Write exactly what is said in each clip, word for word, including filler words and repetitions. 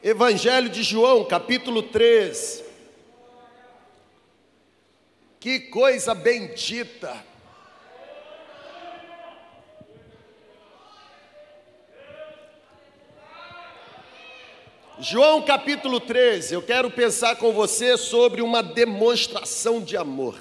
Evangelho de João, capítulo três. Que coisa bendita! João capítulo treze, eu quero pensar com você sobre uma demonstração de amor.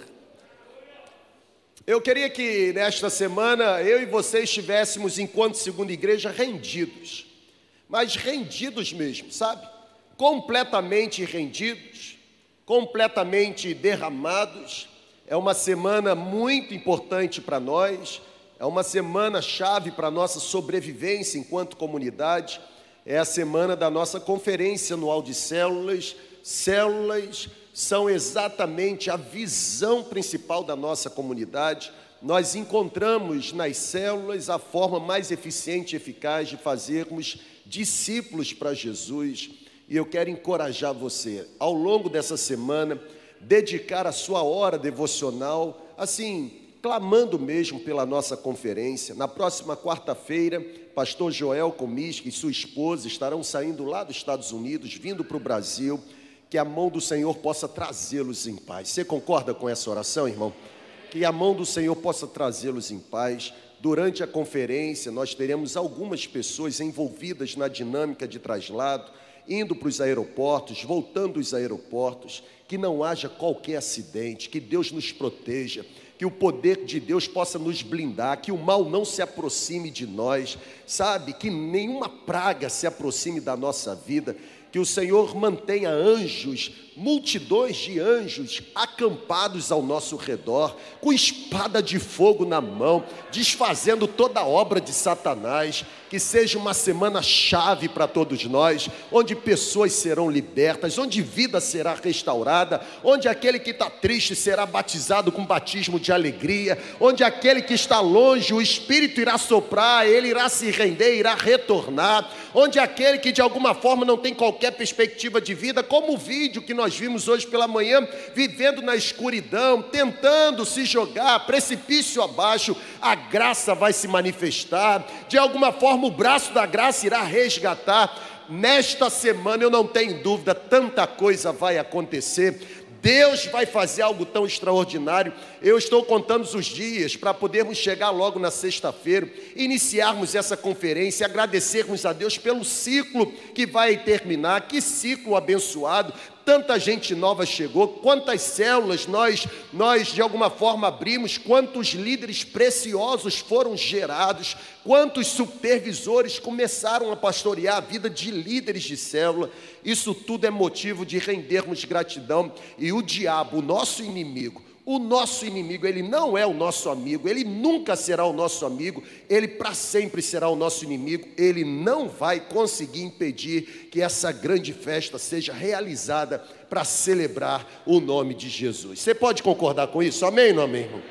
Eu queria que nesta semana eu e você estivéssemos, enquanto segunda igreja, rendidos. Mas rendidos mesmo, sabe? Completamente rendidos, completamente derramados. É uma semana muito importante para nós, é uma semana chave para a nossa sobrevivência enquanto comunidade. É a semana da nossa conferência anual de células. Células são exatamente a visão principal da nossa comunidade. Nós encontramos nas células a forma mais eficiente e eficaz de fazermos discípulos para Jesus. E eu quero encorajar você, ao longo dessa semana, dedicar a sua hora devocional, assim, clamando mesmo pela nossa conferência. Na próxima quarta-feira, pastor Joel Comisca e sua esposa estarão saindo lá dos Estados Unidos, vindo para o Brasil. Que a mão do Senhor possa trazê-los em paz. Você concorda com essa oração, irmão? Que a mão do Senhor possa trazê-los em paz. Durante a conferência, nós teremos algumas pessoas envolvidas na dinâmica de traslado, indo para os aeroportos, voltando dos aeroportos. Que não haja qualquer acidente, que Deus nos proteja, que o poder de Deus possa nos blindar, que o mal não se aproxime de nós, sabe? Que nenhuma praga se aproxime da nossa vida, que o Senhor mantenha anjos, multidões de anjos acampados ao nosso redor, com espada de fogo na mão, desfazendo toda a obra de Satanás. Que seja uma semana chave para todos nós, onde pessoas serão libertas, onde vida será restaurada, onde aquele que está triste será batizado com batismo de alegria, onde aquele que está longe, o Espírito irá soprar, ele irá se render, irá retornar, onde aquele que de alguma forma não tem qualquer perspectiva de vida, como o vídeo que nós vimos hoje pela manhã, vivendo na escuridão, tentando se jogar precipício abaixo, a graça vai se manifestar, de alguma forma o braço da graça irá resgatar. Nesta semana eu não tenho dúvida, tanta coisa vai acontecer. Deus vai fazer algo tão extraordinário. Eu estou contando os dias para podermos chegar logo na sexta-feira, iniciarmos essa conferência, agradecermos a Deus pelo ciclo que vai terminar. Que ciclo abençoado! Tanta gente nova chegou, quantas células nós, nós de alguma forma abrimos, quantos líderes preciosos foram gerados, quantos supervisores começaram a pastorear a vida de líderes de célula. Isso tudo é motivo de rendermos gratidão. E o diabo, o nosso inimigo, o nosso inimigo, ele não é o nosso amigo, ele nunca será o nosso amigo, ele para sempre será o nosso inimigo. Ele não vai conseguir impedir que essa grande festa seja realizada para celebrar o nome de Jesus. Você pode concordar com isso? Amém ou não amém, irmão?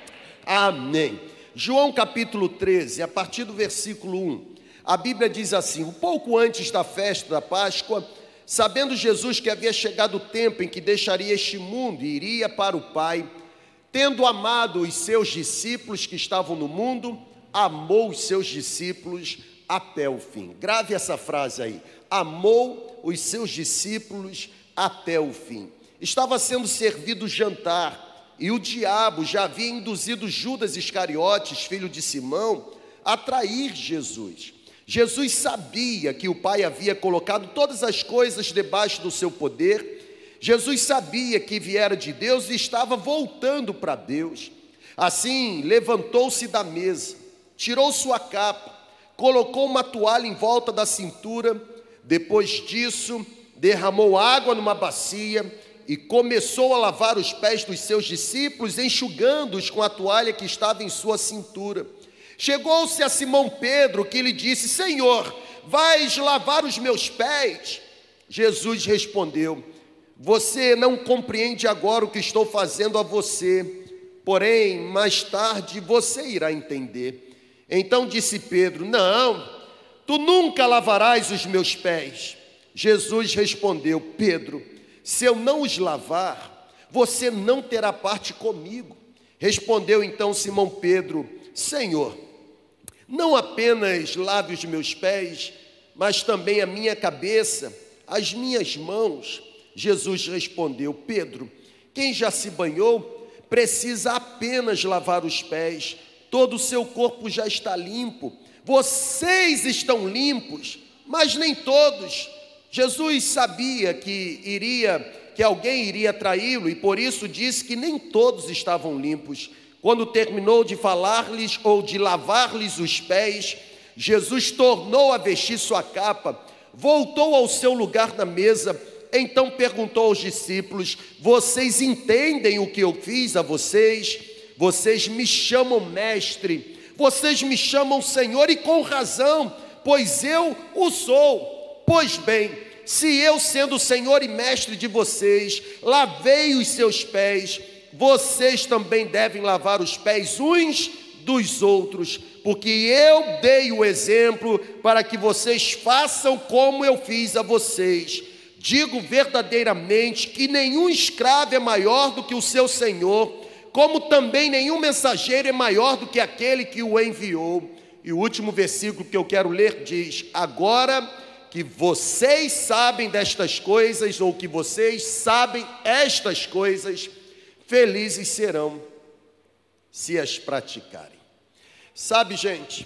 Amém. João capítulo treze, a partir do versículo um, a Bíblia diz assim: um pouco antes da festa da Páscoa, sabendo Jesus que havia chegado o tempo em que deixaria este mundo e iria para o Pai, tendo amado os seus discípulos que estavam no mundo, amou os seus discípulos até o fim. Grave essa frase aí: amou os seus discípulos até o fim. Estava sendo servido o jantar, e o diabo já havia induzido Judas Iscariotes, filho de Simão, a trair Jesus. Jesus sabia que o Pai havia colocado todas as coisas debaixo do seu poder. Jesus sabia que viera de Deus e estava voltando para Deus. Assim, levantou-se da mesa, tirou sua capa, colocou uma toalha em volta da cintura. Depois disso, derramou água numa bacia e começou a lavar os pés dos seus discípulos, enxugando-os com a toalha que estava em sua cintura. Chegou-se a Simão Pedro, que lhe disse: Senhor, vais lavar os meus pés? Jesus respondeu: você não compreende agora o que estou fazendo a você, porém, mais tarde você irá entender. Então disse Pedro: não, tu nunca lavarás os meus pés. Jesus respondeu: Pedro, se eu não os lavar, você não terá parte comigo. Respondeu então Simão Pedro: Senhor, não apenas lave os meus pés, mas também a minha cabeça. as minhas mãos. Jesus respondeu: Pedro, quem já se banhou precisa apenas lavar os pés, todo o seu corpo já está limpo. Vocês estão limpos, mas nem todos. Jesus sabia que iria, que alguém iria traí-lo, e por isso disse que nem todos estavam limpos. Quando terminou de falar-lhes ou de lavar-lhes os pés, Jesus tornou a vestir sua capa, voltou ao seu lugar na mesa, então perguntou aos discípulos: vocês entendem o que eu fiz a vocês? Vocês me chamam mestre, vocês me chamam Senhor, e com razão, pois eu o sou. Pois bem, se eu, sendo Senhor e mestre de vocês, lavei os seus pés, vocês também devem lavar os pés uns dos outros, porque eu dei o exemplo para que vocês façam como eu fiz a vocês. Digo verdadeiramente que nenhum escravo é maior do que o seu senhor, como também nenhum mensageiro é maior do que aquele que o enviou. E o último versículo que eu quero ler diz: agora que vocês sabem destas coisas, ou que vocês sabem estas coisas, felizes serão se as praticarem. Sabe, gente,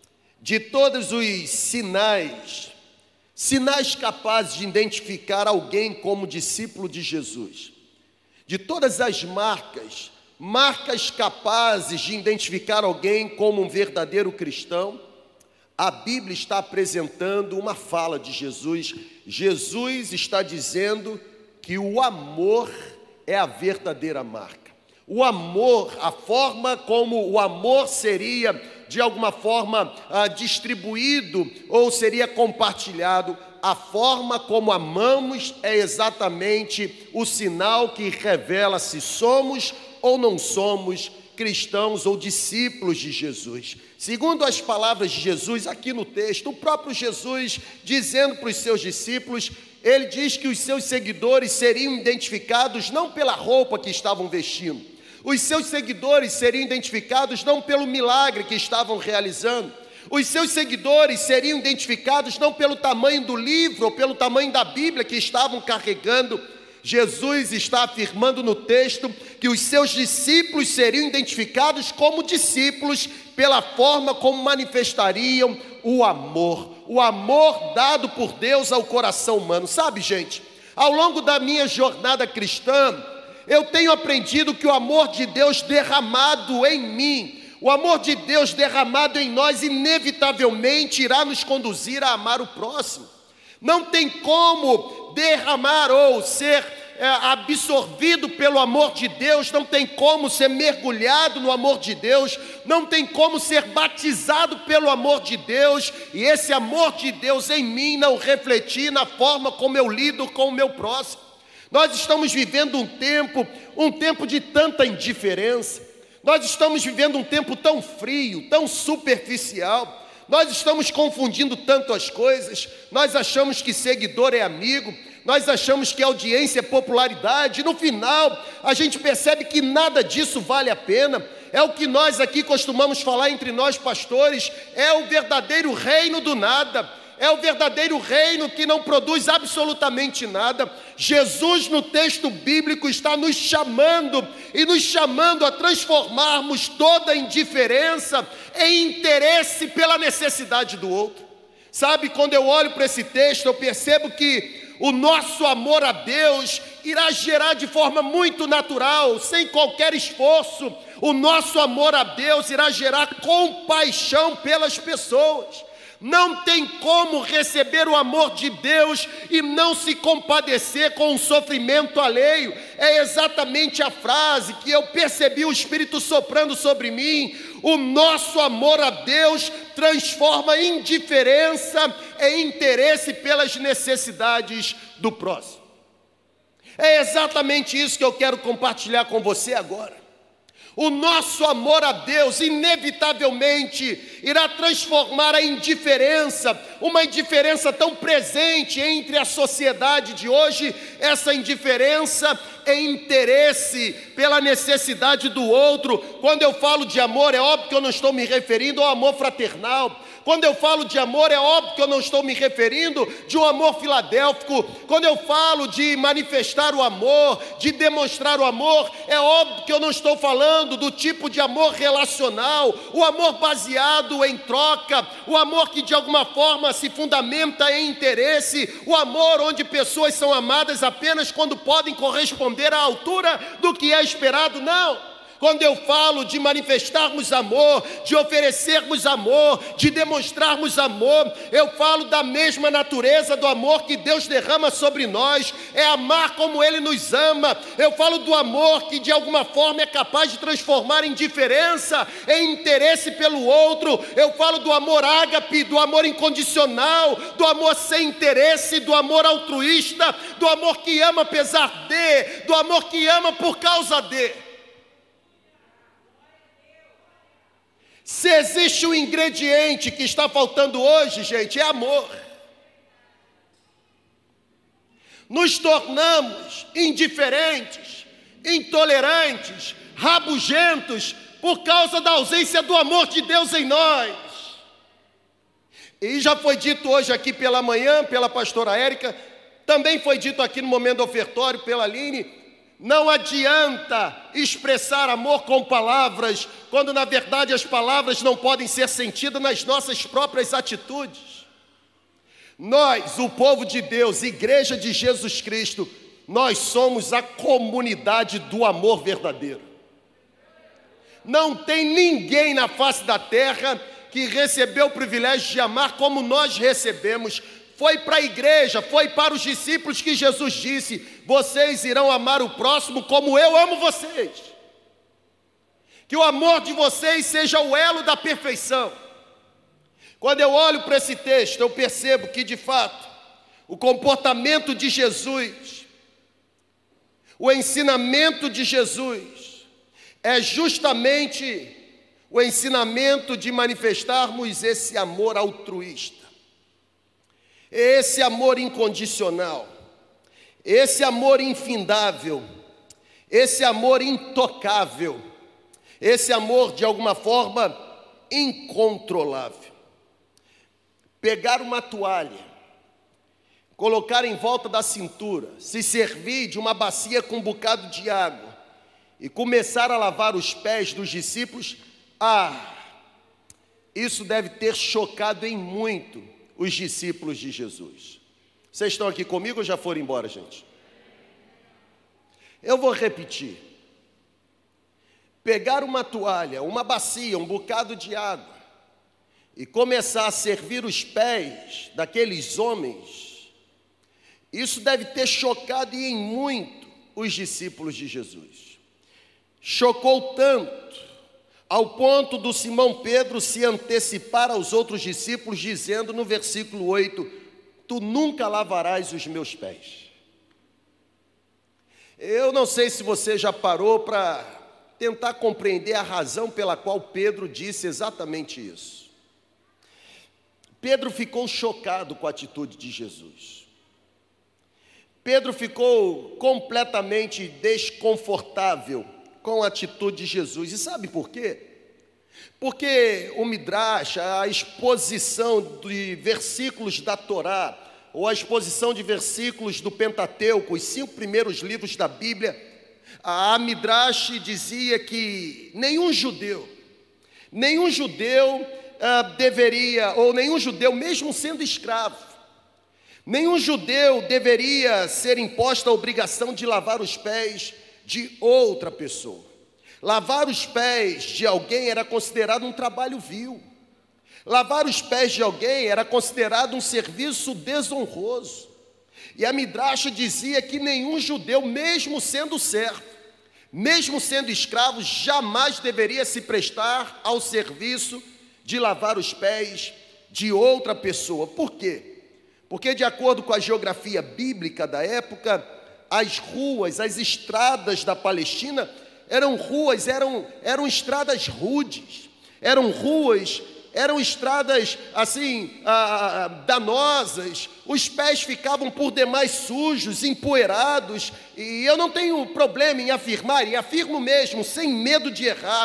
de todos os sinais, sinais capazes de identificar alguém como discípulo de Jesus, de todas as marcas, marcas capazes de identificar alguém como um verdadeiro cristão, a Bíblia está apresentando uma fala de Jesus. Jesus está dizendo que o amor é a verdadeira marca. O amor, a forma como o amor seria, de alguma forma, ah, distribuído ou seria compartilhado, a forma como amamos é exatamente o sinal que revela se somos ou não somos cristãos ou discípulos de Jesus. Segundo as palavras de Jesus aqui no texto, o próprio Jesus dizendo para os seus discípulos, ele diz que os seus seguidores seriam identificados não pela roupa que estavam vestindo, os seus seguidores seriam identificados não pelo milagre que estavam realizando, os seus seguidores seriam identificados não pelo tamanho do livro ou pelo tamanho da Bíblia que estavam carregando. Jesus está afirmando no texto que os seus discípulos seriam identificados como discípulos pela forma como manifestariam o amor, o amor dado por Deus ao coração humano. Sabe, gente, ao longo da minha jornada cristã, eu tenho aprendido que o amor de Deus derramado em mim, o amor de Deus derramado em nós, inevitavelmente irá nos conduzir a amar o próximo. Não tem como derramar ou ser é, absorvido pelo amor de Deus, não tem como ser mergulhado no amor de Deus, não tem como ser batizado pelo amor de Deus, e esse amor de Deus em mim não refletir na forma como eu lido com o meu próximo. Nós estamos vivendo um tempo, um tempo de tanta indiferença, nós estamos vivendo um tempo tão frio, tão superficial. Nós estamos confundindo tanto as coisas, nós achamos que seguidor é amigo, nós achamos que audiência é popularidade, e no final a gente percebe que nada disso vale a pena. É o que nós aqui costumamos falar entre nós pastores, é o verdadeiro reino do nada, é o verdadeiro reino que não produz absolutamente nada. Jesus no texto bíblico está nos chamando e nos chamando a transformarmos toda a indiferença em interesse pela necessidade do outro. Sabe, quando eu olho para esse texto, eu percebo que o nosso amor a Deus irá gerar de forma muito natural, sem qualquer esforço, o nosso amor a Deus irá gerar compaixão pelas pessoas. Não tem como receber o amor de Deus e não se compadecer com o sofrimento alheio. É exatamente a frase que eu percebi o Espírito soprando sobre mim. O nosso amor a Deus transforma indiferença em interesse pelas necessidades do próximo. É exatamente isso que eu quero compartilhar com você agora. O nosso amor a Deus inevitavelmente irá transformar a indiferença, uma indiferença tão presente entre a sociedade de hoje, essa indiferença em interesse pela necessidade do outro. Quando eu falo de amor, é óbvio que eu não estou me referindo ao amor fraternal, Quando eu falo de amor, é óbvio que eu não estou me referindo de um amor filadélfico. Quando eu falo de manifestar o amor, de demonstrar o amor, é óbvio que eu não estou falando do tipo de amor relacional, o amor baseado em troca, o amor que de alguma forma se fundamenta em interesse, o amor onde pessoas são amadas apenas quando podem corresponder à altura do que é esperado. Não. Quando eu falo de manifestarmos amor, de oferecermos amor, de demonstrarmos amor, eu falo da mesma natureza do amor que Deus derrama sobre nós, é amar como Ele nos ama. Eu falo do amor que de alguma forma é capaz de transformar indiferença em interesse pelo outro. Eu falo do amor ágape, do amor incondicional, do amor sem interesse, do amor altruísta, do amor que ama apesar de, do amor que ama por causa de. Se existe um ingrediente que está faltando hoje, gente, é amor. Nos tornamos indiferentes, intolerantes, rabugentos por causa da ausência do amor de Deus em nós. E já foi dito hoje aqui pela manhã, pela pastora Érica, também foi dito aqui no momento do ofertório pela Aline. Não adianta expressar amor com palavras, quando na verdade as palavras não podem ser sentidas nas nossas próprias atitudes. Nós, o povo de Deus, Igreja de Jesus Cristo, nós somos a comunidade do amor verdadeiro. Não tem ninguém na face da terra que recebeu o privilégio de amar como nós recebemos. Foi para a igreja, foi para os discípulos que Jesus disse: vocês irão amar o próximo como eu amo vocês. Que o amor de vocês seja o elo da perfeição. Quando eu olho para esse texto, eu percebo que de fato, o comportamento de Jesus, o ensinamento de Jesus, é justamente o ensinamento de manifestarmos esse amor altruísta. Esse amor incondicional, esse amor infindável, esse amor intocável, esse amor de alguma forma incontrolável. Pegar uma toalha, colocar em volta da cintura, se servir de uma bacia com um bocado de água e começar a lavar os pés dos discípulos, ah, isso deve ter chocado em muito os discípulos de Jesus. Vocês estão aqui comigo ou já foram embora, gente? Eu vou repetir. Pegar uma toalha, uma bacia, um bocado de água e começar a servir os pés daqueles homens, isso deve ter chocado e em muito os discípulos de Jesus. Chocou tanto ao ponto do Simão Pedro se antecipar aos outros discípulos, dizendo no versículo oito: tu nunca lavarás os meus pés. Eu não sei se você já parou para tentar compreender a razão pela qual Pedro disse exatamente isso. Pedro ficou chocado com a atitude de Jesus. Pedro ficou completamente desconfortável com a atitude de Jesus. E sabe por quê? Porque o Midrash, a exposição de versículos da Torá, ou a exposição de versículos do Pentateuco, os cinco primeiros livros da Bíblia, a Midrash dizia que nenhum judeu, nenhum judeu ah, deveria, ou nenhum judeu, mesmo sendo escravo, nenhum judeu deveria ser imposta a obrigação de lavar os pés de outra pessoa. Lavar os pés de alguém era considerado um trabalho vil. Lavar os pés de alguém era considerado um serviço desonroso. E a Midrash dizia que nenhum judeu, mesmo sendo servo, mesmo sendo escravo, jamais deveria se prestar ao serviço de lavar os pés de outra pessoa. Por quê? Porque, de acordo com a geografia bíblica da época, as ruas, as estradas da Palestina eram ruas, eram, eram estradas rudes, eram ruas, eram estradas assim, ah, danosas, os pés ficavam por demais sujos, empoeirados, e eu não tenho problema em afirmar, e afirmo mesmo, sem medo de errar,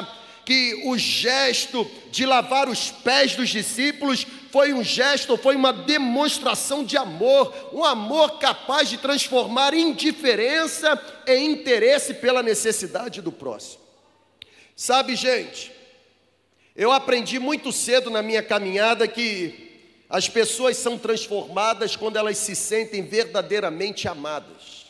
que o gesto de lavar os pés dos discípulos foi um gesto, foi uma demonstração de amor, um amor capaz de transformar indiferença em interesse pela necessidade do próximo. Sabe, gente, eu aprendi muito cedo na minha caminhada que as pessoas são transformadas quando elas se sentem verdadeiramente amadas.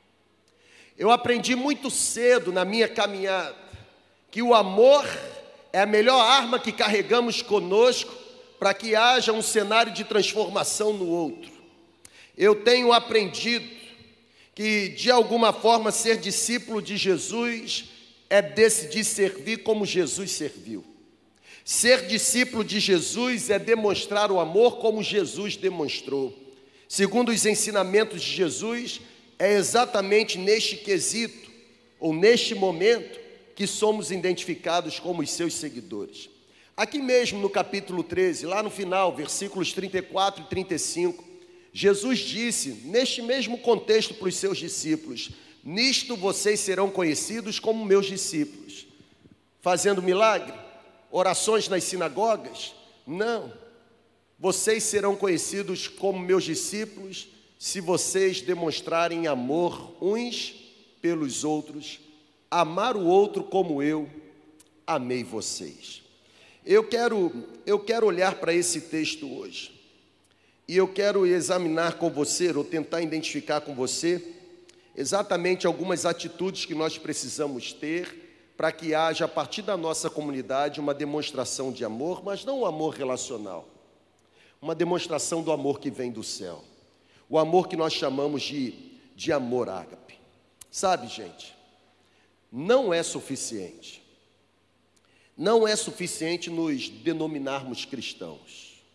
Eu aprendi muito cedo na minha caminhada que o amor é a melhor arma que carregamos conosco para que haja um cenário de transformação no outro. Eu tenho aprendido que, de alguma forma, ser discípulo de Jesus é decidir servir como Jesus serviu. Ser discípulo de Jesus é demonstrar o amor como Jesus demonstrou. Segundo os ensinamentos de Jesus, é exatamente neste quesito, ou neste momento, que somos identificados como os seus seguidores. Aqui mesmo no capítulo treze, lá no final, versículos trinta e quatro e trinta e cinco, Jesus disse, neste mesmo contexto para os seus discípulos: nisto vocês serão conhecidos como meus discípulos. Fazendo milagre? Orações nas sinagogas? Não. Vocês serão conhecidos como meus discípulos se vocês demonstrarem amor uns pelos outros, amar o outro como eu amei vocês. Eu quero, eu quero olhar para esse texto hoje, e eu quero examinar com você, ou tentar identificar com você, exatamente algumas atitudes que nós precisamos ter para que haja, a partir da nossa comunidade, uma demonstração de amor, mas não um amor relacional, uma demonstração do amor que vem do céu, o amor que nós chamamos de, de amor ágape. Sabe, gente, não é suficiente, não é suficiente nos denominarmos cristãos,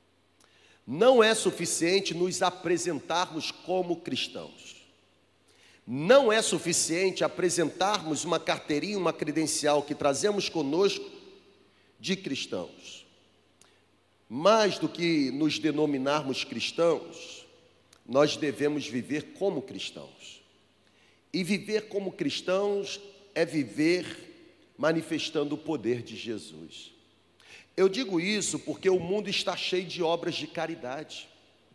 não é suficiente nos apresentarmos como cristãos, não é suficiente apresentarmos uma carteirinha, uma credencial que trazemos conosco de cristãos. Mais do que nos denominarmos cristãos, nós devemos viver como cristãos. E viver como cristãos é viver manifestando o poder de Jesus. Eu digo isso porque o mundo está cheio de obras de caridade.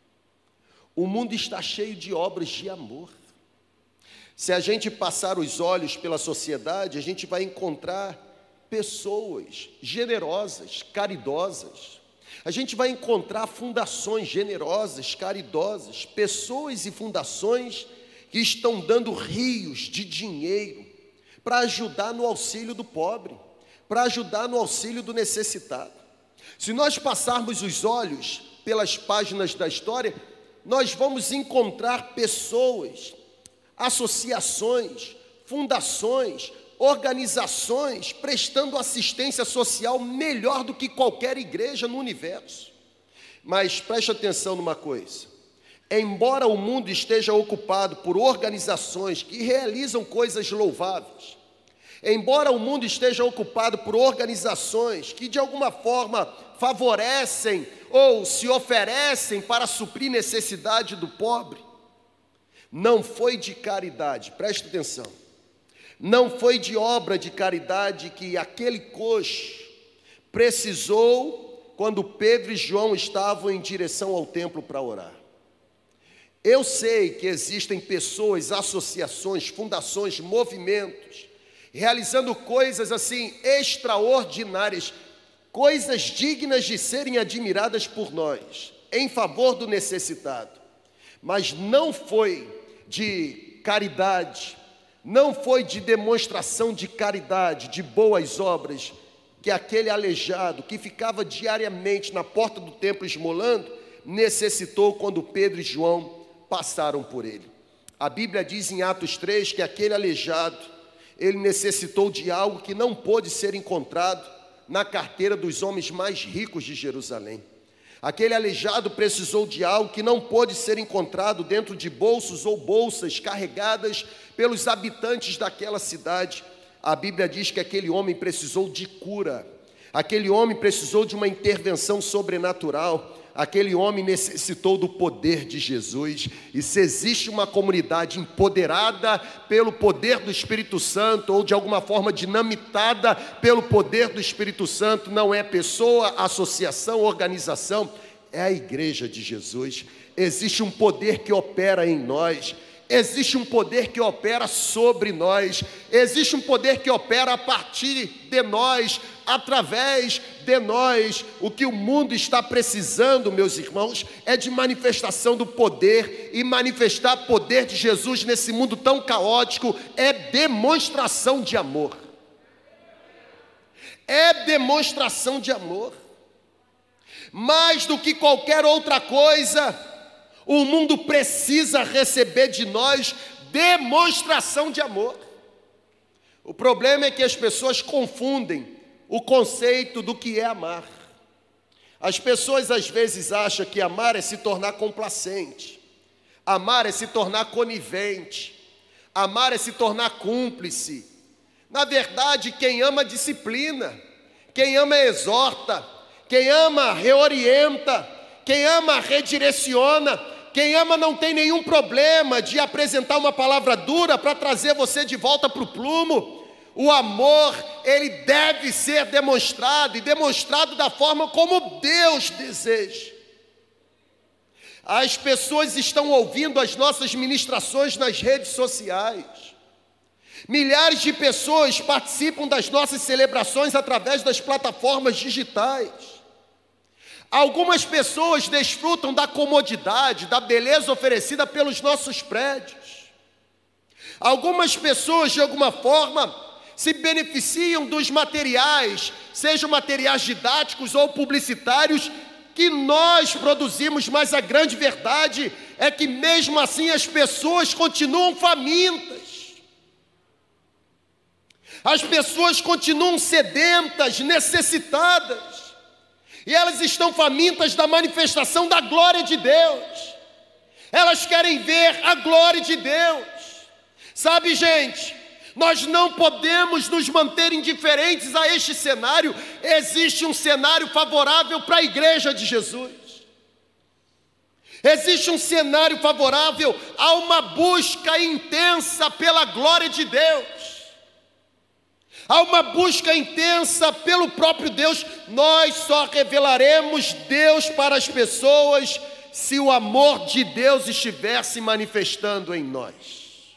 O mundo está cheio de obras de amor. Se a gente passar os olhos pela sociedade, a gente vai encontrar pessoas generosas, caridosas. A gente vai encontrar fundações generosas, caridosas, pessoas e fundações que estão dando rios de dinheiro para ajudar no auxílio do pobre, para ajudar no auxílio do necessitado. Se nós passarmos os olhos pelas páginas da história, nós vamos encontrar pessoas, associações, fundações, organizações prestando assistência social melhor do que qualquer igreja no universo. Mas preste atenção numa coisa: embora o mundo esteja ocupado por organizações que realizam coisas louváveis, embora o mundo esteja ocupado por organizações que de alguma forma favorecem ou se oferecem para suprir necessidade do pobre, não foi de caridade, preste atenção, não foi de obra de caridade que aquele coxo precisou quando Pedro e João estavam em direção ao templo para orar. Eu sei que existem pessoas, associações, fundações, movimentos, realizando coisas assim extraordinárias, coisas dignas de serem admiradas por nós, em favor do necessitado. Mas não foi de caridade, não foi de demonstração de caridade, de boas obras, que aquele aleijado que ficava diariamente na porta do templo esmolando, necessitou quando Pedro e João passaram por ele. A Bíblia diz em Atos três que aquele aleijado, ele necessitou de algo que não pôde ser encontrado na carteira dos homens mais ricos de Jerusalém. Aquele aleijado precisou de algo que não pôde ser encontrado dentro de bolsos ou bolsas carregadas pelos habitantes daquela cidade. A Bíblia diz que aquele homem precisou de cura, aquele homem precisou de uma intervenção sobrenatural. aquele homem necessitou do poder de Jesus. E se existe uma comunidade empoderada pelo poder do Espírito Santo, ou de alguma forma dinamitada pelo poder do Espírito Santo, não é pessoa, associação, organização, é a igreja de Jesus. Existe um poder que opera em nós. Existe um poder que opera sobre nós, existe um poder que opera a partir de nós, através de nós. O que o mundo está precisando, meus irmãos, é de manifestação do poder, e manifestar o poder de Jesus nesse mundo tão caótico é demonstração de amor. É demonstração de amor. Mais do que qualquer outra coisa, o mundo precisa receber de nós demonstração de amor. O problema é que as pessoas confundem o conceito do que é amar. As pessoas às vezes acham que amar é se tornar complacente, amar é se tornar conivente, amar é se tornar cúmplice. Na verdade, quem ama disciplina, quem ama exorta, quem ama reorienta, quem ama redireciona. Quem ama não tem nenhum problema de apresentar uma palavra dura para trazer você de volta para o plumo. O amor, ele deve ser demonstrado, e demonstrado da forma como Deus deseja. As pessoas estão ouvindo as nossas ministrações nas redes sociais. Milhares de pessoas participam das nossas celebrações através das plataformas digitais. Algumas pessoas desfrutam da comodidade, da beleza oferecida pelos nossos prédios. Algumas pessoas, de alguma forma, se beneficiam dos materiais, sejam materiais didáticos ou publicitários, que nós produzimos, mas a grande verdade é que mesmo assim as pessoas continuam famintas. As pessoas continuam sedentas, necessitadas. E elas estão famintas da manifestação da glória de Deus. Elas querem ver a glória de Deus. Sabe, gente, nós não podemos nos manter indiferentes a este cenário. Existe um cenário favorável para a igreja de Jesus. Existe um cenário favorável a uma busca intensa pela glória de Deus. Há uma busca intensa pelo próprio Deus. Nós só revelaremos Deus para as pessoas se o amor de Deus estiver se manifestando em nós.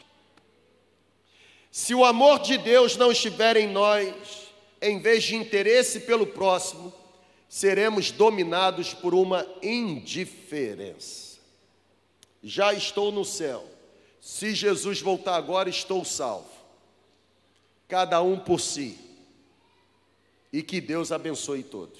Se o amor de Deus não estiver em nós, em vez de interesse pelo próximo, seremos dominados por uma indiferença. Já estou no céu. Se Jesus voltar agora, estou salvo. Cada um por si, e que Deus abençoe todos.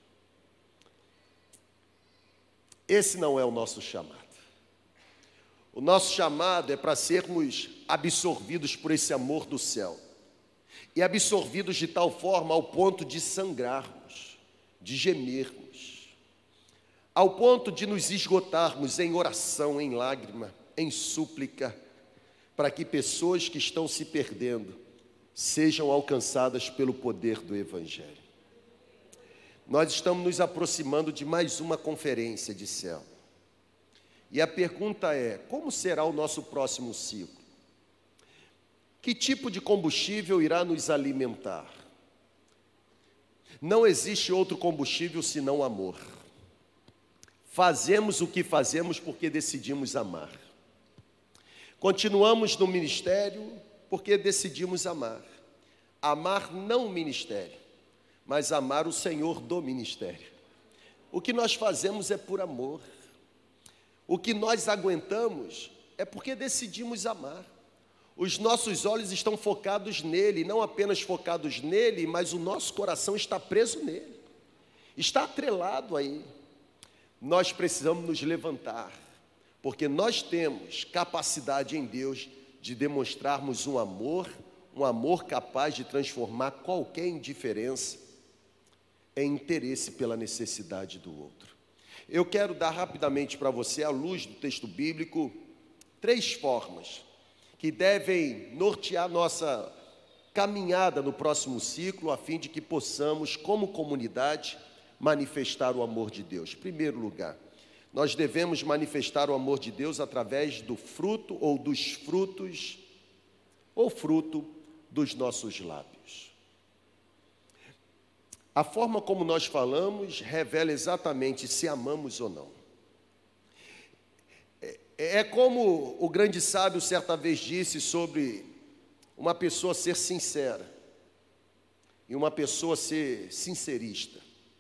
Esse não é o nosso chamado. O nosso chamado é para sermos absorvidos por esse amor do céu, e absorvidos de tal forma ao ponto de sangrarmos, de gemermos, ao ponto de nos esgotarmos em oração, em lágrima, em súplica, para que pessoas que estão se perdendo sejam alcançadas pelo poder do Evangelho. Nós estamos nos aproximando de mais uma conferência de céu. E a pergunta é: como será o nosso próximo ciclo? Que tipo de combustível irá nos alimentar? Não existe outro combustível senão o amor. Fazemos o que fazemos porque decidimos amar. Continuamos no ministério porque decidimos amar. Amar não o ministério, mas amar o Senhor do ministério. O que nós fazemos é por amor. O que nós aguentamos é porque decidimos amar. Os nossos olhos estão focados nele, não apenas focados nele, mas o nosso coração está preso nele, está atrelado a ele. Nós precisamos nos levantar, porque nós temos capacidade em Deus de demonstrarmos um amor, um amor capaz de transformar qualquer indiferença em interesse pela necessidade do outro. Eu quero dar rapidamente para você, à luz do texto bíblico, três formas que devem nortear nossa caminhada no próximo ciclo, a fim de que possamos, como comunidade, manifestar o amor de Deus? Em primeiro lugar, nós devemos manifestar o amor de Deus através do fruto ou dos frutos, ou fruto dos nossos lábios. A forma como nós falamos revela exatamente se amamos ou não. É, é como o grande sábio certa vez disse sobre uma pessoa ser sincera e uma pessoa ser sincerista.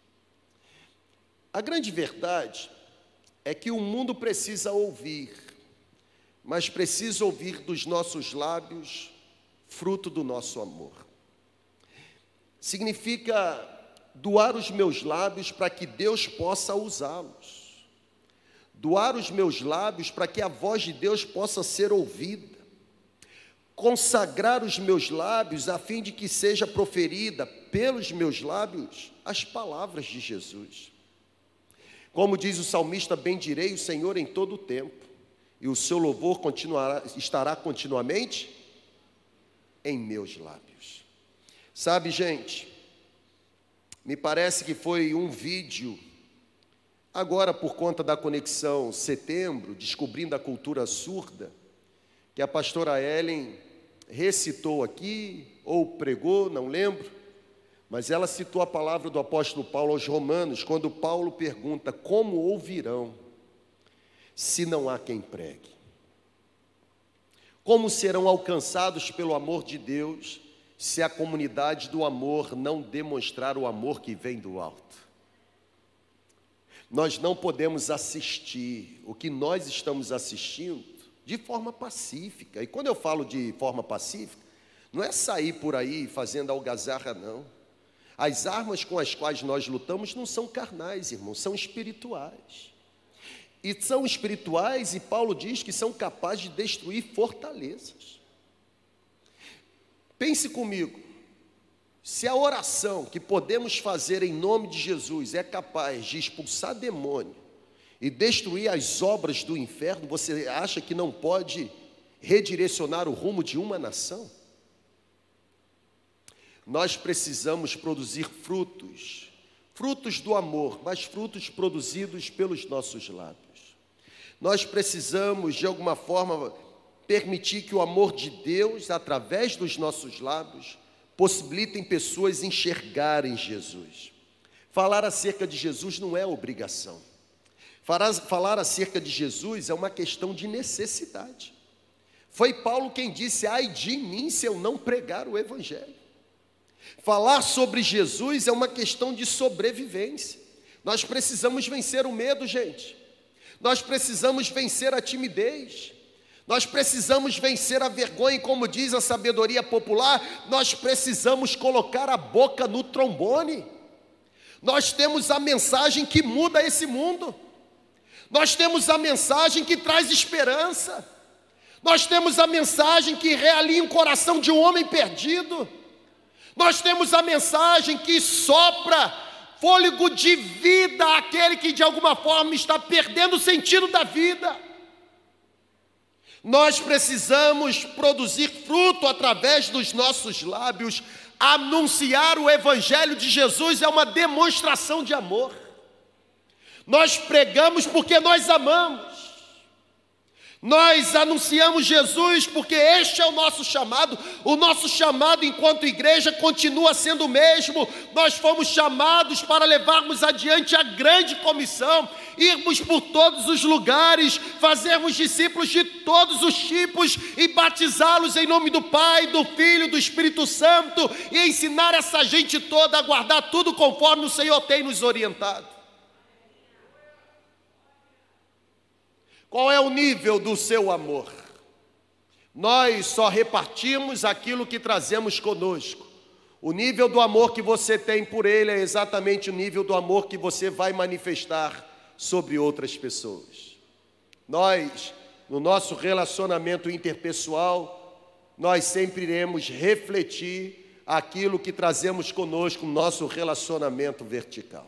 A grande verdade é que o mundo precisa ouvir, mas precisa ouvir dos nossos lábios fruto do nosso amor. Significa doar os meus lábios para que Deus possa usá-los. Doar os meus lábios para que a voz de Deus possa ser ouvida. Consagrar os meus lábios a fim de que seja proferida pelos meus lábios as palavras de Jesus. Como diz o salmista, bendirei o Senhor em todo o tempo, e o seu louvor continuará, estará continuamente em meus lábios. Sabe, gente, me parece que foi um vídeo, agora por conta da Conexão Setembro, descobrindo a cultura surda, que a pastora Ellen recitou aqui, ou pregou, não lembro, mas ela citou a palavra do apóstolo Paulo aos Romanos, quando Paulo pergunta, como ouvirão, se não há quem pregue? Como serão alcançados pelo amor de Deus, se a comunidade do amor não demonstrar o amor que vem do alto? Nós não podemos assistir o que nós estamos assistindo de forma pacífica. E quando eu falo de forma pacífica, não é sair por aí fazendo algazarra, não. As armas com as quais nós lutamos não são carnais, irmãos, são espirituais. E são espirituais, e Paulo diz que são capazes de destruir fortalezas. Pense comigo, se a oração que podemos fazer em nome de Jesus é capaz de expulsar demônio e destruir as obras do inferno, você acha que não pode redirecionar o rumo de uma nação? Nós precisamos produzir frutos, frutos do amor, mas frutos produzidos pelos nossos lábios. Nós precisamos, de alguma forma, permitir que o amor de Deus, através dos nossos lábios, possibilitem pessoas enxergarem Jesus. Falar acerca de Jesus não é obrigação. Falar acerca de Jesus é uma questão de necessidade. Foi Paulo quem disse, ai de mim se eu não pregar o Evangelho. Falar sobre Jesus é uma questão de sobrevivência. Nós precisamos vencer o medo, gente. Nós precisamos vencer a timidez. Nós precisamos vencer a vergonha, e como diz a sabedoria popular, nós precisamos colocar a boca no trombone. Nós temos a mensagem que muda esse mundo. Nós temos a mensagem que traz esperança. Nós temos a mensagem que realinha o coração de um homem perdido. Nós temos a mensagem que sopra fôlego de vida àquele que de alguma forma está perdendo o sentido da vida. Nós precisamos produzir fruto através dos nossos lábios. Anunciar o Evangelho de Jesus é uma demonstração de amor. Nós pregamos porque nós amamos. Nós anunciamos Jesus porque este é o nosso chamado. O nosso chamado enquanto igreja continua sendo o mesmo. Nós fomos chamados para levarmos adiante a grande comissão, irmos por todos os lugares, fazermos discípulos de todos os tipos e batizá-los em nome do Pai, do Filho, do Espírito Santo, e ensinar essa gente toda a guardar tudo conforme o Senhor tem nos orientado. Qual é o nível do seu amor? Nós só repartimos aquilo que trazemos conosco. O nível do amor que você tem por Ele é exatamente o nível do amor que você vai manifestar sobre outras pessoas. Nós, no nosso relacionamento interpessoal, nós sempre iremos refletir aquilo que trazemos conosco no nosso relacionamento vertical.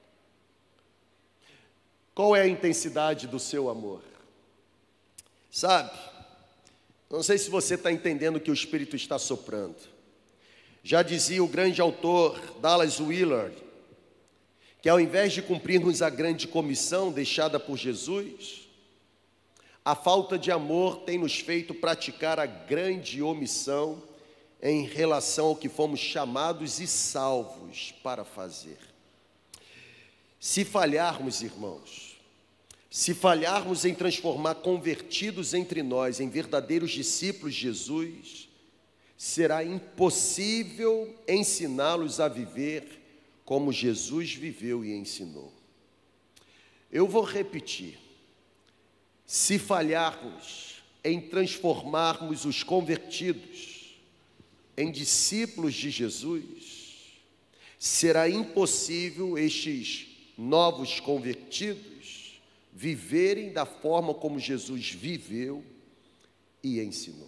Qual é a intensidade do seu amor? Sabe, não sei se você está entendendo o que o Espírito está soprando. Já dizia o grande autor Dallas Willard, que ao invés de cumprirmos a grande comissão deixada por Jesus, a falta de amor tem nos feito praticar a grande omissão em relação ao que fomos chamados e salvos para fazer. Se falharmos, irmãos, se falharmos em transformar convertidos entre nós em verdadeiros discípulos de Jesus, será impossível ensiná-los a viver como Jesus viveu e ensinou. Eu vou repetir. Se falharmos em transformarmos os convertidos em discípulos de Jesus, será impossível estes novos convertidos viverem da forma como Jesus viveu e ensinou.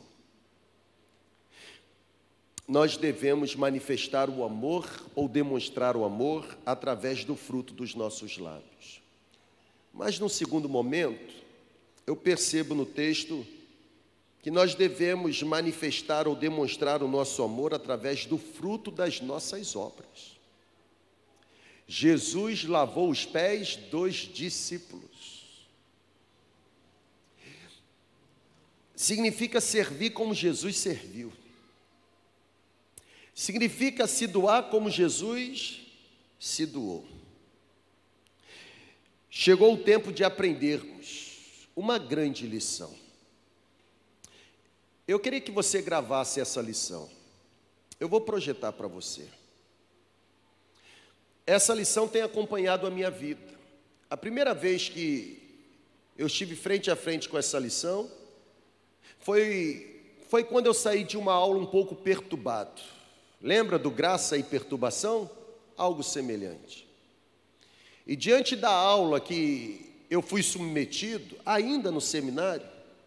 Nós devemos manifestar o amor ou demonstrar o amor através do fruto dos nossos lábios. Mas, num segundo momento, eu percebo no texto que nós devemos manifestar ou demonstrar o nosso amor através do fruto das nossas obras. Jesus lavou os pés dos discípulos. Significa servir como Jesus serviu. Significa se doar como Jesus se doou. Chegou o tempo de aprendermos uma grande lição. Eu queria que você gravasse essa lição. Eu vou projetar para você. Essa lição tem acompanhado a minha vida. A primeira vez que eu estive frente a frente com essa lição foi, foi quando eu saí de uma aula um pouco perturbado. Lembra do graça e perturbação? Algo semelhante. E diante da aula que eu fui submetido, ainda no seminário,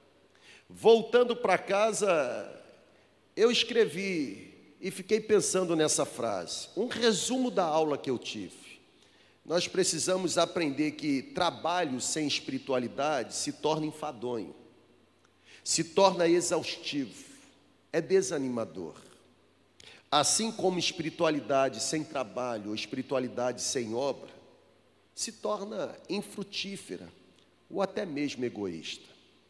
voltando para casa, eu escrevi e fiquei pensando nessa frase, um resumo da aula que eu tive. Nós precisamos aprender que trabalho sem espiritualidade se torna enfadonho, se torna exaustivo, é desanimador. Assim como espiritualidade sem trabalho ou espiritualidade sem obra, se torna infrutífera ou até mesmo egoísta.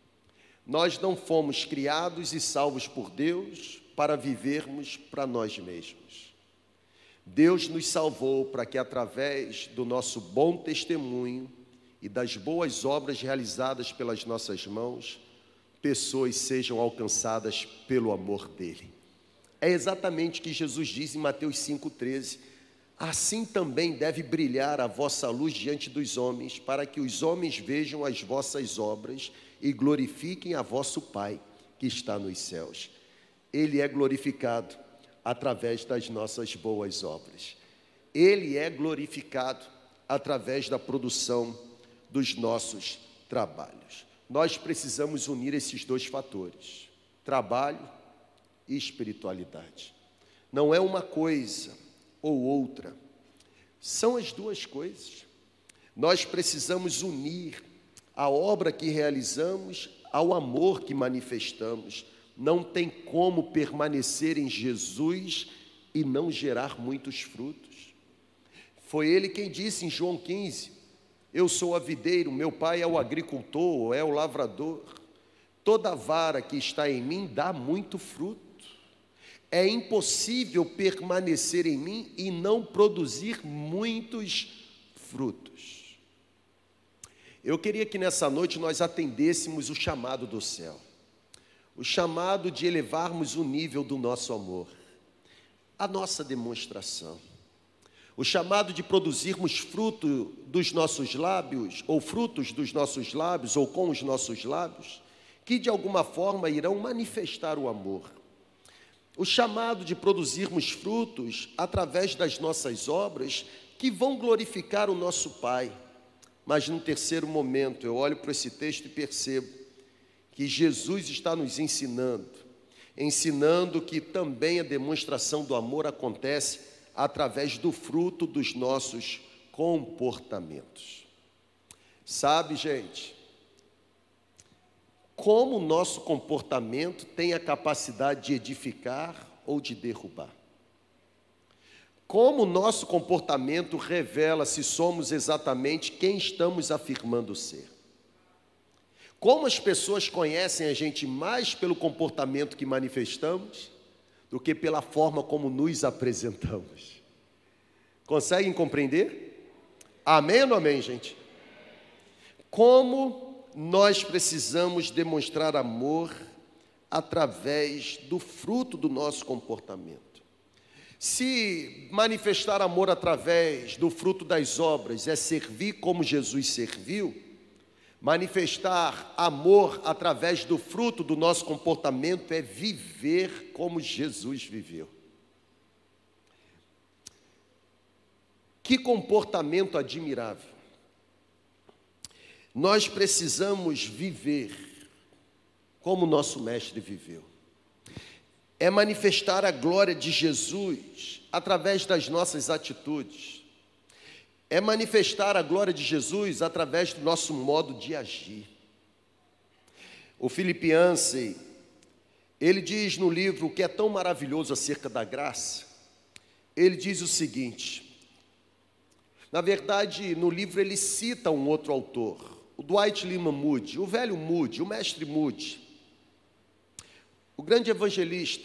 Nós não fomos criados e salvos por Deus para vivermos para nós mesmos. Deus nos salvou para que através do nosso bom testemunho e das boas obras realizadas pelas nossas mãos, pessoas sejam alcançadas pelo amor dele. É exatamente o que Jesus diz em Mateus cinco, treze. Assim também deve brilhar a vossa luz diante dos homens, para que os homens vejam as vossas obras e glorifiquem a vosso Pai, que está nos céus. Ele é glorificado através das nossas boas obras. Ele é glorificado através da produção dos nossos trabalhos. Nós precisamos unir esses dois fatores, trabalho e espiritualidade. Não é uma coisa ou outra, são as duas coisas. Nós precisamos unir a obra que realizamos ao amor que manifestamos. Não tem como permanecer em Jesus e não gerar muitos frutos. Foi ele quem disse em João quinze, eu sou a videira, meu pai é o agricultor, é o lavrador. Toda vara que está em mim dá muito fruto. É impossível permanecer em mim e não produzir muitos frutos. Eu queria que nessa noite nós atendêssemos o chamado do céu, o chamado de elevarmos o nível do nosso amor, a nossa demonstração, o chamado de produzirmos fruto dos nossos lábios, ou frutos dos nossos lábios, ou com os nossos lábios, que de alguma forma irão manifestar o amor. O chamado de produzirmos frutos através das nossas obras que vão glorificar o nosso Pai. Mas num terceiro momento, eu olho para esse texto e percebo que Jesus está nos ensinando, ensinando que também a demonstração do amor acontece através do fruto dos nossos comportamentos. Sabe, gente, como o nosso comportamento tem a capacidade de edificar ou de derrubar. Como o nosso comportamento revela se somos exatamente quem estamos afirmando ser. Como as pessoas conhecem a gente mais pelo comportamento que manifestamos do que pela forma como nos apresentamos. Conseguem compreender? Amém ou não amém, gente? Como nós precisamos demonstrar amor através do fruto do nosso comportamento. Se manifestar amor através do fruto das obras é servir como Jesus serviu, manifestar amor através do fruto do nosso comportamento é viver como Jesus viveu. Que comportamento admirável! Nós precisamos viver como nosso mestre viveu. É manifestar a glória de Jesus através das nossas atitudes. É manifestar a glória de Jesus através do nosso modo de agir. O Philip Yancey, ele diz no livro o que é tão maravilhoso acerca da graça. Ele diz o seguinte, na verdade, no livro ele cita um outro autor, o Dwight Lyman Moody, o velho Moody, o mestre Moody, o grande evangelista.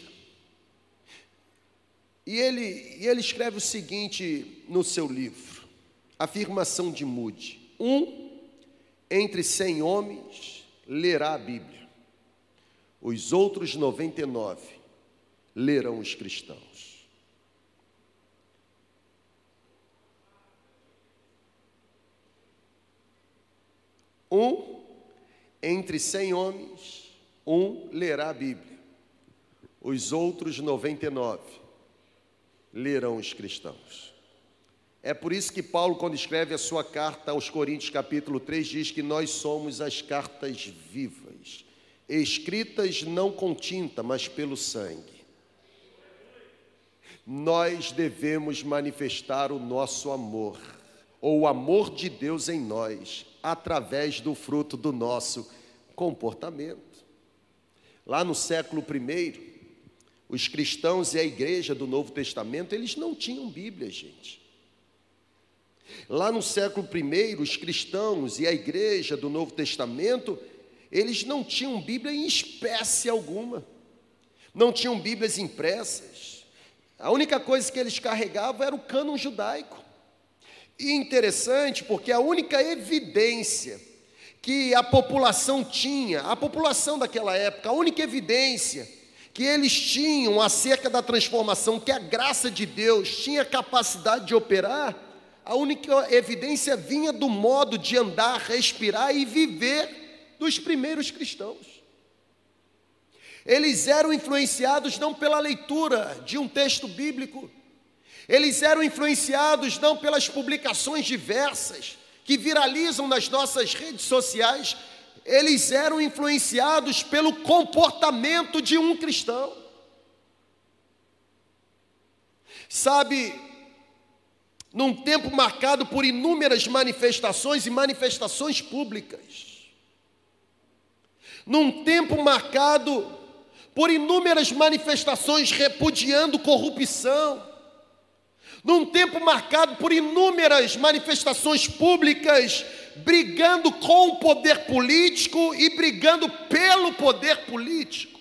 E ele, e ele escreve o seguinte no seu livro, afirmação de Moody: um entre cem homens lerá a Bíblia, os outros noventa e nove lerão os cristãos. Um entre cem homens, um lerá a Bíblia. Os outros noventa e nove lerão os cristãos. É por isso que Paulo, quando escreve a sua carta aos Coríntios, capítulo três, diz que nós somos as cartas vivas, escritas não com tinta, mas pelo sangue. Nós devemos manifestar o nosso amor, ou o amor de Deus em nós, através do fruto do nosso comportamento. Lá no século primeiro, os cristãos e a igreja do Novo Testamento, eles não tinham Bíblia, gente. Lá no século primeiro, os cristãos e a igreja do Novo Testamento, eles não tinham Bíblia em espécie alguma. Não tinham Bíblias impressas. A única coisa que eles carregavam era o cânon judaico. E interessante porque a única evidência que a população tinha, a população daquela época, a única evidência que eles tinham acerca da transformação, que a graça de Deus tinha capacidade de operar, a única evidência vinha do modo de andar, respirar e viver dos primeiros cristãos. Eles eram influenciados não pela leitura de um texto bíblico, eles eram influenciados não pelas publicações diversas que viralizam nas nossas redes sociais, eles eram influenciados pelo comportamento de um cristão. Sabe, num tempo marcado por inúmeras manifestações e manifestações públicas, num tempo marcado por inúmeras manifestações repudiando corrupção, num tempo marcado por inúmeras manifestações públicas brigando com o poder político e brigando pelo poder político.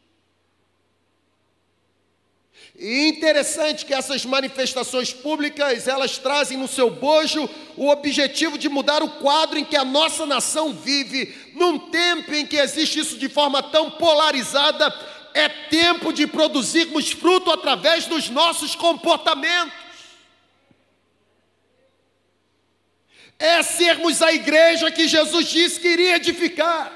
E interessante que essas manifestações públicas, elas trazem no seu bojo o objetivo de mudar o quadro em que a nossa nação vive. Num tempo em que existe isso de forma tão polarizada, é tempo de produzirmos fruto através dos nossos comportamentos. É sermos a igreja que Jesus disse que iria edificar.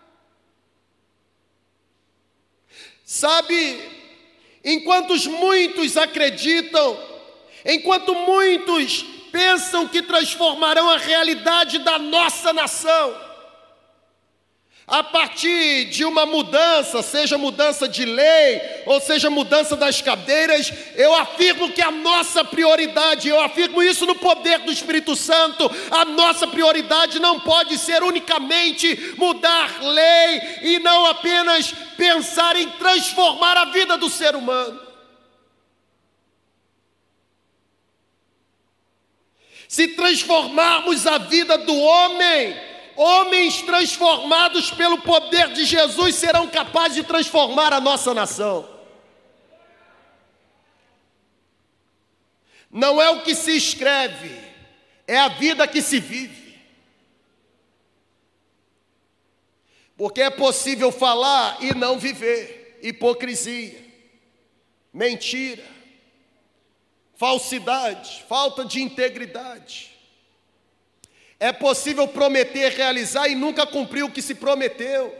Sabe, enquanto muitos acreditam, enquanto muitos pensam que transformarão a realidade da nossa nação a partir de uma mudança, seja mudança de lei, ou seja mudança das cadeiras, eu afirmo que a nossa prioridade, eu afirmo isso no poder do Espírito Santo, a nossa prioridade não pode ser unicamente mudar lei e não apenas pensar em transformar a vida do ser humano. Se transformarmos a vida do homem, homens transformados pelo poder de Jesus serão capazes de transformar a nossa nação. Não é o que se escreve, é a vida que se vive. Porque é possível falar e não viver. Hipocrisia, mentira, falsidade, falta de integridade. É possível prometer, realizar e nunca cumprir o que se prometeu.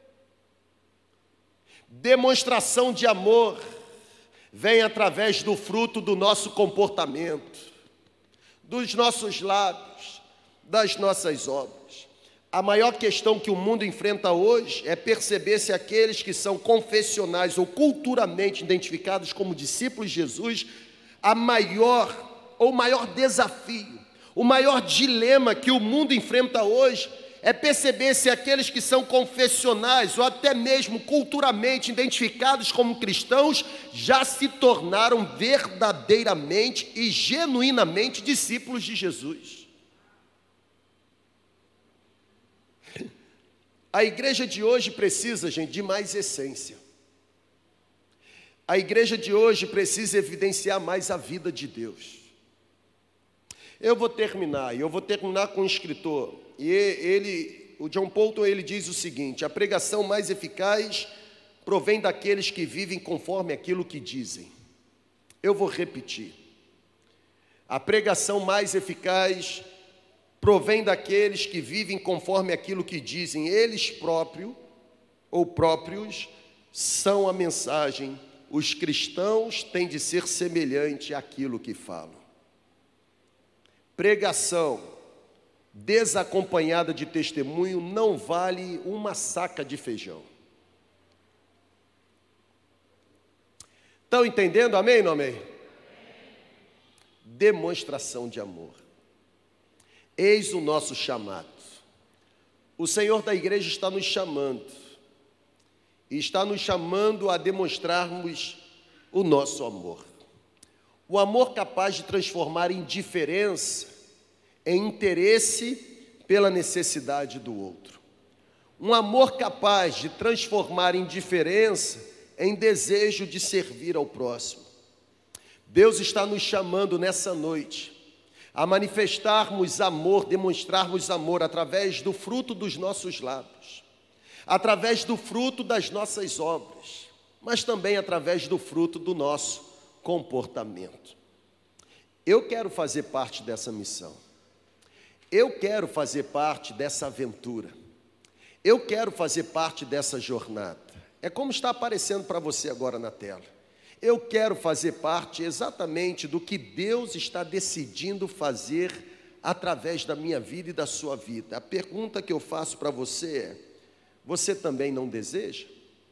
Demonstração de amor vem através do fruto do nosso comportamento, dos nossos lábios, das nossas obras. A maior questão que o mundo enfrenta hoje é perceber se aqueles que são confessionais ou culturalmente identificados como discípulos de Jesus, a maior ou maior desafio, o maior dilema que o mundo enfrenta hoje é perceber se aqueles que são confessionais ou até mesmo culturalmente identificados como cristãos já se tornaram verdadeiramente e genuinamente discípulos de Jesus. A igreja de hoje precisa, gente, de mais essência. A igreja de hoje precisa evidenciar mais a vida de Deus. Eu vou terminar, e eu vou terminar com um escritor, e ele, o John Bolton, ele diz o seguinte: a pregação mais eficaz provém daqueles que vivem conforme aquilo que dizem. Eu vou repetir. A pregação mais eficaz provém daqueles que vivem conforme aquilo que dizem. Eles próprios, ou próprios, são a mensagem. Os cristãos têm de ser semelhante àquilo que falam. Pregação desacompanhada de testemunho não vale uma saca de feijão. Estão entendendo? Amém ou não amém? Demonstração de amor. Eis o nosso chamado. O Senhor da igreja está nos chamando. E está nos chamando a demonstrarmos o nosso amor. O amor capaz de transformar indiferença em interesse pela necessidade do outro. Um amor capaz de transformar indiferença em desejo de servir ao próximo. Deus está nos chamando nessa noite a manifestarmos amor, demonstrarmos amor através do fruto dos nossos lábios, através do fruto das nossas obras, mas também através do fruto do nosso comportamento. Eu quero fazer parte dessa missão. Eu quero fazer parte dessa aventura. Eu quero fazer parte dessa jornada. É como está aparecendo para você agora na tela. Eu quero fazer parte exatamente do que Deus está decidindo fazer através da minha vida e da sua vida. A pergunta que eu faço para você é: você também não deseja?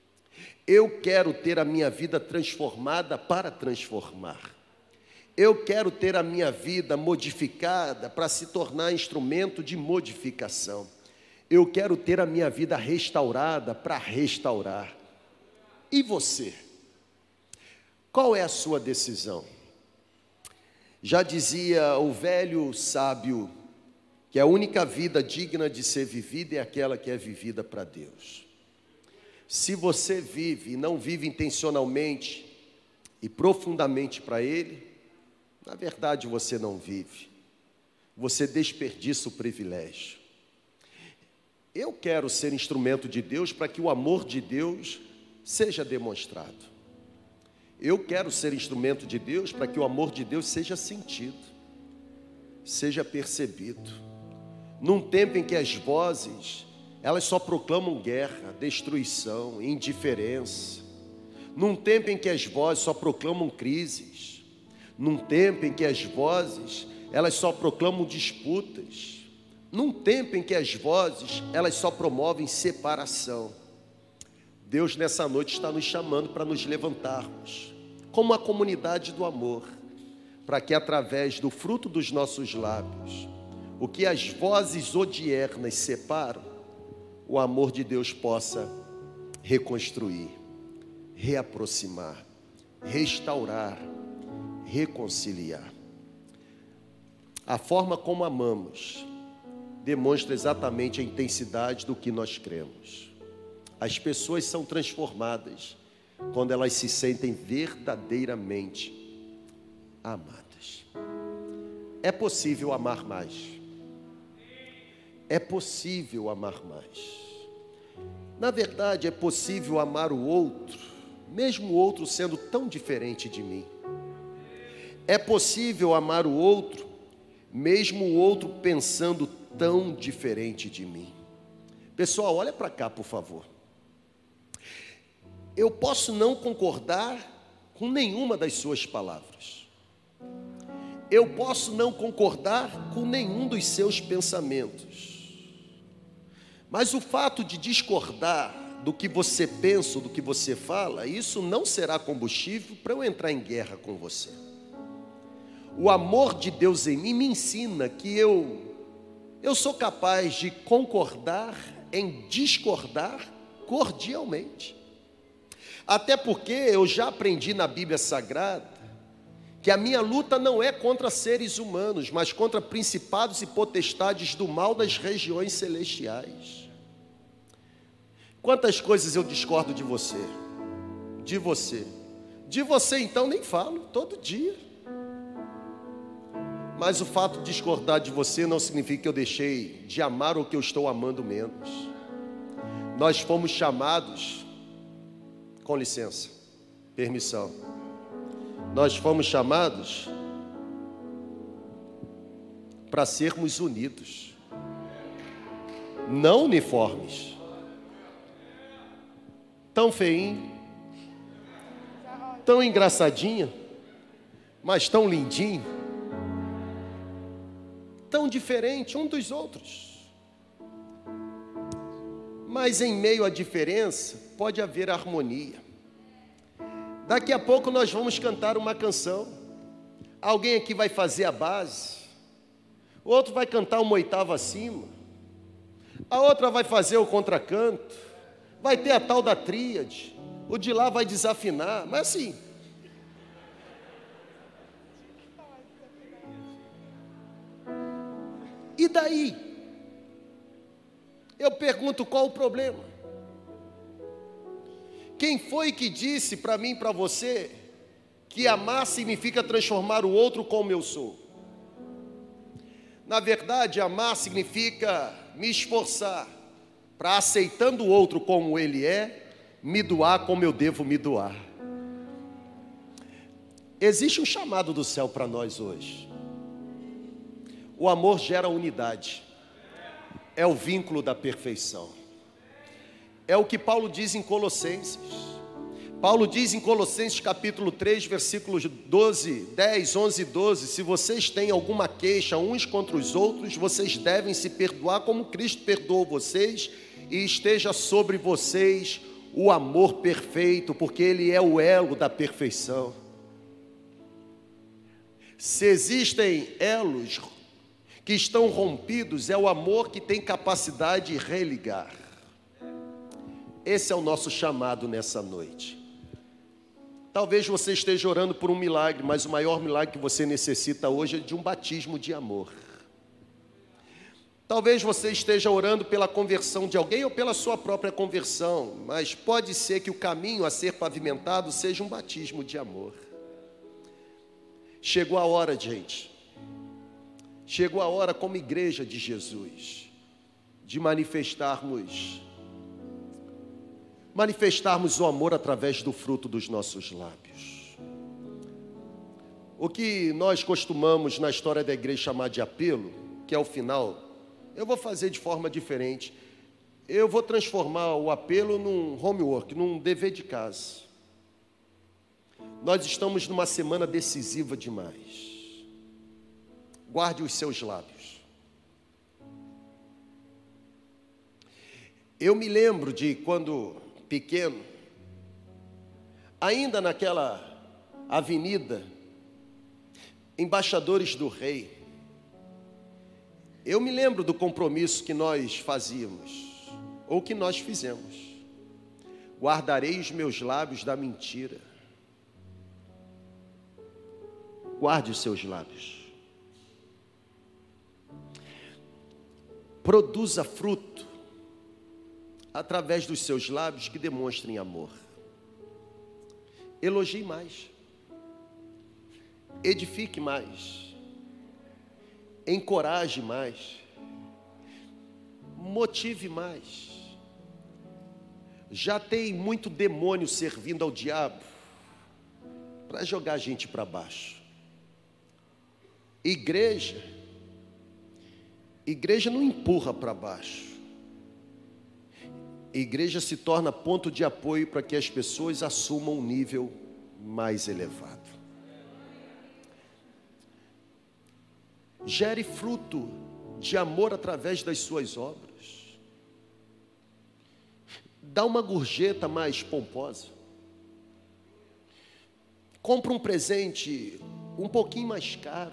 Eu quero ter a minha vida transformada para transformar. Eu quero ter a minha vida modificada para se tornar instrumento de modificação. Eu quero ter a minha vida restaurada para restaurar. E você? Qual é a sua decisão? Já dizia o velho sábio que a única vida digna de ser vivida é aquela que é vivida para Deus. Se você vive e não vive intencionalmente e profundamente para Ele, na verdade você não vive. Você desperdiça o privilégio. Eu quero ser instrumento de Deus para que o amor de Deus seja demonstrado. Eu quero ser instrumento de Deus para que o amor de Deus seja sentido, seja percebido. Num tempo em que as vozes, elas só proclamam guerra, destruição, indiferença. Num tempo em que as vozes só proclamam crises. Num tempo em que as vozes, elas só proclamam disputas. Num tempo em que as vozes, elas só promovem separação. Deus nessa noite está nos chamando para nos levantarmos como a comunidade do amor, para que através do fruto dos nossos lábios, o que as vozes odiernas separam, o amor de Deus possa reconstruir, reaproximar, restaurar, reconciliar. A forma como amamos demonstra exatamente a intensidade do que nós cremos. As pessoas são transformadas quando elas se sentem verdadeiramente amadas. É possível amar mais. É possível amar mais. Na verdade, é possível amar o outro, mesmo o outro sendo tão diferente de mim. É possível amar o outro, mesmo o outro pensando tão diferente de mim. Pessoal, olha para cá, por favor. Eu posso não concordar com nenhuma das suas palavras. Eu posso não concordar com nenhum dos seus pensamentos. Mas o fato de discordar do que você pensa, ou do que você fala, isso não será combustível para eu entrar em guerra com você. O amor de Deus em mim me ensina que eu, eu sou capaz de concordar em discordar cordialmente. Até porque eu já aprendi na Bíblia Sagrada que a minha luta não é contra seres humanos, mas contra principados e potestades do mal das regiões celestiais. Quantas coisas eu discordo de você, de você, de você então nem falo, todo dia. Mas o fato de discordar de você não significa que eu deixei de amar ou que eu estou amando menos. Nós fomos chamados, com licença, permissão, nós fomos chamados para sermos unidos, não uniformes. Tão feinho, tão engraçadinho, mas tão lindinho, tão diferente um dos outros. Mas em meio à diferença pode haver harmonia. Daqui a pouco nós vamos cantar uma canção. Alguém aqui vai fazer a base, o outro vai cantar uma oitava acima, a outra vai fazer o contracanto, vai ter a tal da tríade, o de lá vai desafinar, mas assim, e daí? Eu pergunto, qual o problema? Quem foi que disse para mim e para você que amar significa transformar o outro como eu sou? Na verdade, amar significa me esforçar para, aceitando o outro como ele é, me doar como eu devo me doar. Existe um chamado do céu para nós hoje. O amor gera unidade. É o vínculo da perfeição. É o que Paulo diz em Colossenses. Paulo diz em Colossenses capítulo três, versículos doze, dez, onze e doze, se vocês têm alguma queixa uns contra os outros, vocês devem se perdoar como Cristo perdoou vocês, e esteja sobre vocês o amor perfeito, porque Ele é o elo da perfeição. Se existem elos que estão rompidos, é o amor que tem capacidade de religar. Esse é o nosso chamado nessa noite. Talvez você esteja orando por um milagre, mas o maior milagre que você necessita hoje é de um batismo de amor. Talvez você esteja orando pela conversão de alguém ou pela sua própria conversão, mas pode ser que o caminho a ser pavimentado seja um batismo de amor. Chegou a hora, gente. Chegou a hora, como igreja de Jesus, de manifestarmos manifestarmos o amor através do fruto dos nossos lábios. O que nós costumamos na história da igreja chamar de apelo, que é o final, eu vou fazer de forma diferente. Eu vou transformar o apelo num homework, num dever de casa. Nós estamos numa semana decisiva demais. Guarde os seus lábios. Eu me lembro de quando pequeno, ainda naquela avenida, Embaixadores do Rei, eu me lembro do compromisso que nós fazíamos, ou que nós fizemos. Guardarei os meus lábios da mentira. Guarde os seus lábios. Produza fruto através dos seus lábios que demonstrem amor. Elogie mais. Edifique mais. Encoraje mais. Motive mais. Já tem muito demônio servindo ao diabo para jogar a gente para baixo. Igreja, igreja não empurra para baixo. Igreja se torna ponto de apoio para que as pessoas assumam um nível mais elevado. Gere fruto de amor através das suas obras. Dá uma gorjeta mais pomposa. Compra um presente um pouquinho mais caro.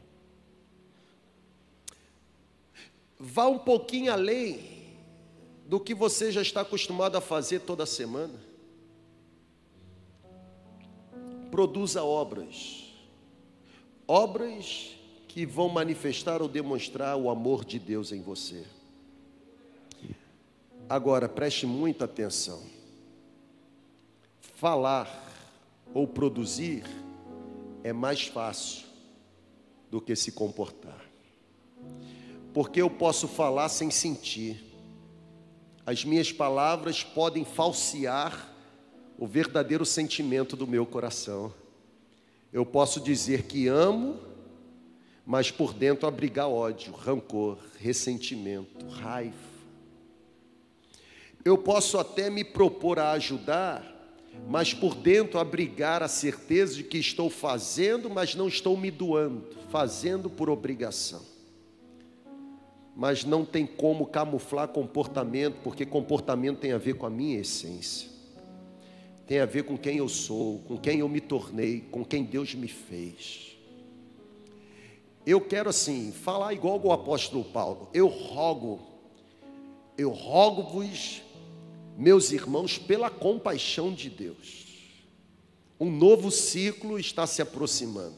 Vá um pouquinho além do que você já está acostumado a fazer toda semana. Produza obras. Obras que vão manifestar ou demonstrar o amor de Deus em você. Agora, preste muita atenção. Falar ou produzir é mais fácil do que se comportar. Porque eu posso falar sem sentir. As minhas palavras podem falsear o verdadeiro sentimento do meu coração. Eu posso dizer que amo, mas por dentro abrigar ódio, rancor, ressentimento, raiva. Eu posso até me propor a ajudar, mas por dentro abrigar a certeza de que estou fazendo, mas não estou me doando, fazendo por obrigação. Mas não tem como camuflar comportamento, porque comportamento tem a ver com a minha essência. Tem a ver com quem eu sou, com quem eu me tornei, com quem Deus me fez. Eu quero assim, falar igual o apóstolo Paulo. Eu rogo, eu rogo-vos, meus irmãos, pela compaixão de Deus. Um novo ciclo está se aproximando.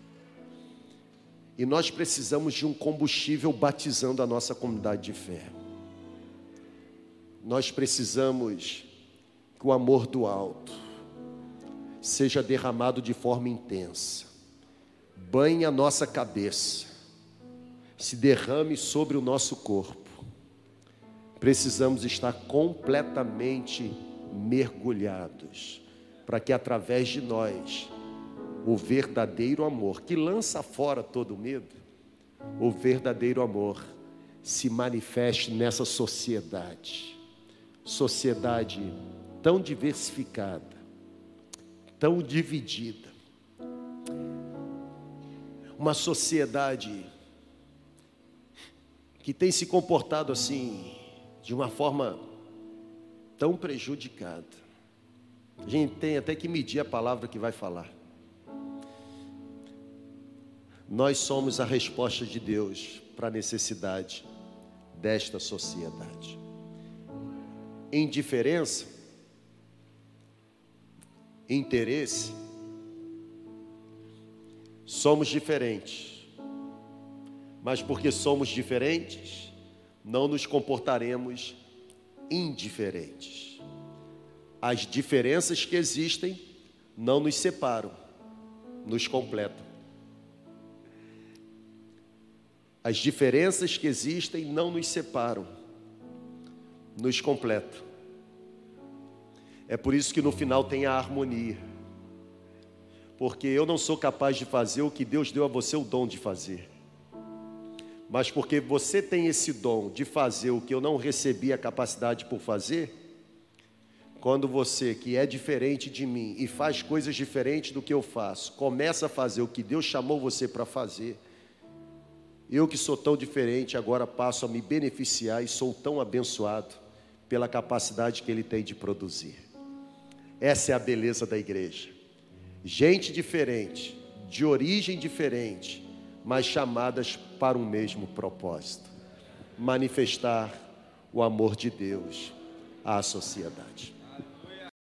E nós precisamos de um combustível batizando a nossa comunidade de fé. Nós precisamos que o amor do alto seja derramado de forma intensa. Banhe a nossa cabeça. Se derrame sobre o nosso corpo. Precisamos estar completamente mergulhados, para que através de nós, o verdadeiro amor, que lança fora todo medo, o verdadeiro amor se manifeste nessa sociedade, sociedade tão diversificada, tão dividida, uma sociedade que tem se comportado assim, de uma forma tão prejudicada. A gente tem até que medir a palavra que vai falar. Nós somos a resposta de Deus para a necessidade desta sociedade. Indiferença, interesse, somos diferentes. Mas porque somos diferentes, não nos comportaremos indiferentes. As diferenças que existem não nos separam, nos completam. As diferenças que existem não nos separam, nos completam. É por isso que no final tem a harmonia. Porque eu não sou capaz de fazer o que Deus deu a você o dom de fazer. Mas porque você tem esse dom de fazer o que eu não recebi a capacidade por fazer, quando você, que é diferente de mim e faz coisas diferentes do que eu faço, começa a fazer o que Deus chamou você para fazer, eu que sou tão diferente, agora passo a me beneficiar e sou tão abençoado pela capacidade que Ele tem de produzir. Essa é a beleza da igreja. Gente diferente, de origem diferente, mas chamadas para um mesmo propósito: manifestar o amor de Deus à sociedade.